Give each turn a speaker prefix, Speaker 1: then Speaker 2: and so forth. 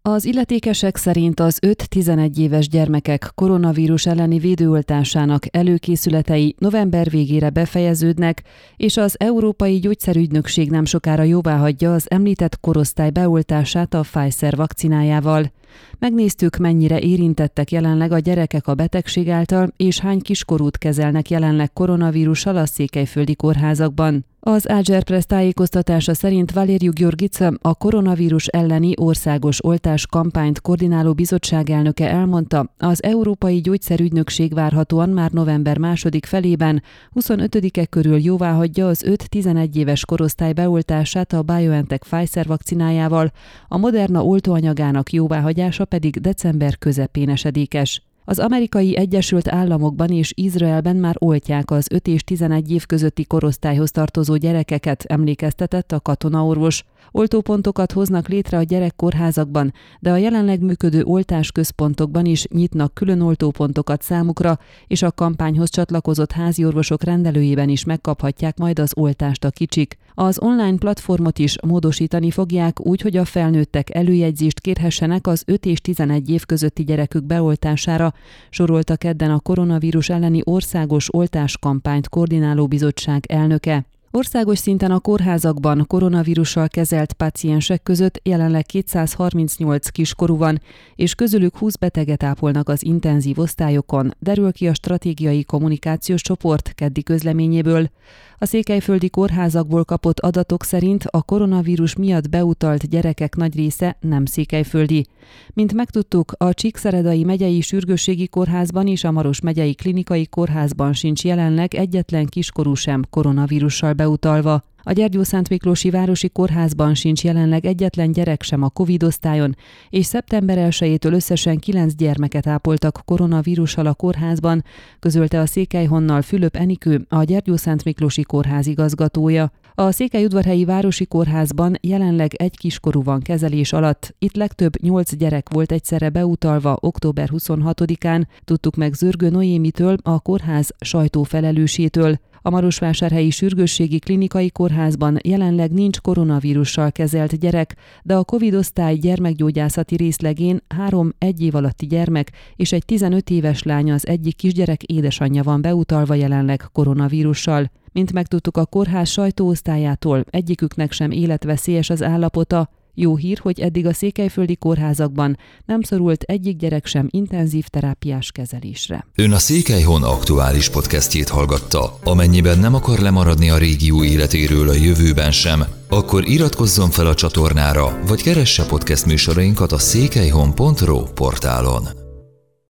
Speaker 1: Az illetékesek szerint az 5-11 éves gyermekek koronavírus elleni védőoltásának előkészületei november végére befejeződnek, és az Európai Gyógyszerügynökség nem sokára jóváhagyja az említett korosztály beoltását a Pfizer vakcinájával. Megnéztük, mennyire érintettek jelenleg a gyerekek a betegség által, és hány kiskorút kezelnek jelenleg koronavírussal a székelyföldi kórházakban. Az Agerpress tájékoztatása szerint Valeriu Gheorghiță, a koronavírus elleni országos oltás kampányt koordináló bizottság elnöke elmondta, az Európai Gyógyszerügynökség várhatóan már november második felében, 25-e körül jóváhagyja az 5-11 éves korosztály beoltását a BioNTech Pfizer vakcinájával, a Moderna oltóanyagának jóváhagyása pedig december közepén esedékes. Az Amerikai Egyesült Államokban és Izraelben már oltják az 5 és 11 év közötti korosztályhoz tartozó gyerekeket, emlékeztetett a katonaorvos. Oltópontokat hoznak létre a gyerekkórházakban, de a jelenleg működő oltásközpontokban is nyitnak külön oltópontokat számukra, és a kampányhoz csatlakozott háziorvosok rendelőjében is megkaphatják majd az oltást a kicsik. Az online platformot is módosítani fogják úgy, hogy a felnőttek előjegyzést kérhessenek az 5 és 11 év közötti gyerekük beoltására, sorolta kedden a koronavírus elleni országos oltáskampányt koordináló bizottság elnöke. Országos szinten a kórházakban koronavírussal kezelt páciensek között jelenleg 238 kiskorú van, és közülük 20 beteget ápolnak az intenzív osztályokon, derül ki a stratégiai kommunikációs csoport keddi közleményéből. A székelyföldi kórházakból kapott adatok szerint a koronavírus miatt beutalt gyerekek nagy része nem székelyföldi. Mint megtudtuk, a Csíkszeredai megyei sürgősségi kórházban és a Maros megyei klinikai kórházban sincs jelenleg egyetlen kiskorú sem koronavírussal beutalva. A Gyergyószentmiklósi Városi Kórházban sincs jelenleg egyetlen gyerek sem a Covid osztályon, és szeptember 1-től összesen 9 gyermeket ápoltak koronavírussal a kórházban, közölte a Székelyhonnal Fülöp Enikő, a Gyergyószentmiklósi Kórház igazgatója. A Székelyudvarhelyi Városi Kórházban jelenleg egy kiskorú van kezelés alatt, itt legtöbb 8 gyerek volt egyszerre beutalva október 26-án, tudtuk meg Zörgő Noémitől, a kórház sajtófelelősétől. A Marosvásárhelyi Sürgősségi Klinikai Kórházban jelenleg nincs koronavírussal kezelt gyerek, de a Covid osztály gyermekgyógyászati részlegén 3 1 év alatti gyermek és egy 15 éves lány, az egyik kisgyerek édesanyja van beutalva jelenleg koronavírussal. Mint megtudtuk a kórház sajtóosztályától, egyiküknek sem életveszélyes az állapota. Jó hír, hogy eddig a székelyföldi kórházakban nem szorult egyik gyerek sem intenzív terápiás kezelésre.
Speaker 2: Ön a Székelyhon aktuális podcastjét hallgatta. Amennyiben nem akar lemaradni a régió életéről a jövőben sem, akkor iratkozzon fel a csatornára, vagy keresse podcast műsorainkat a székelyhon.ro portálon.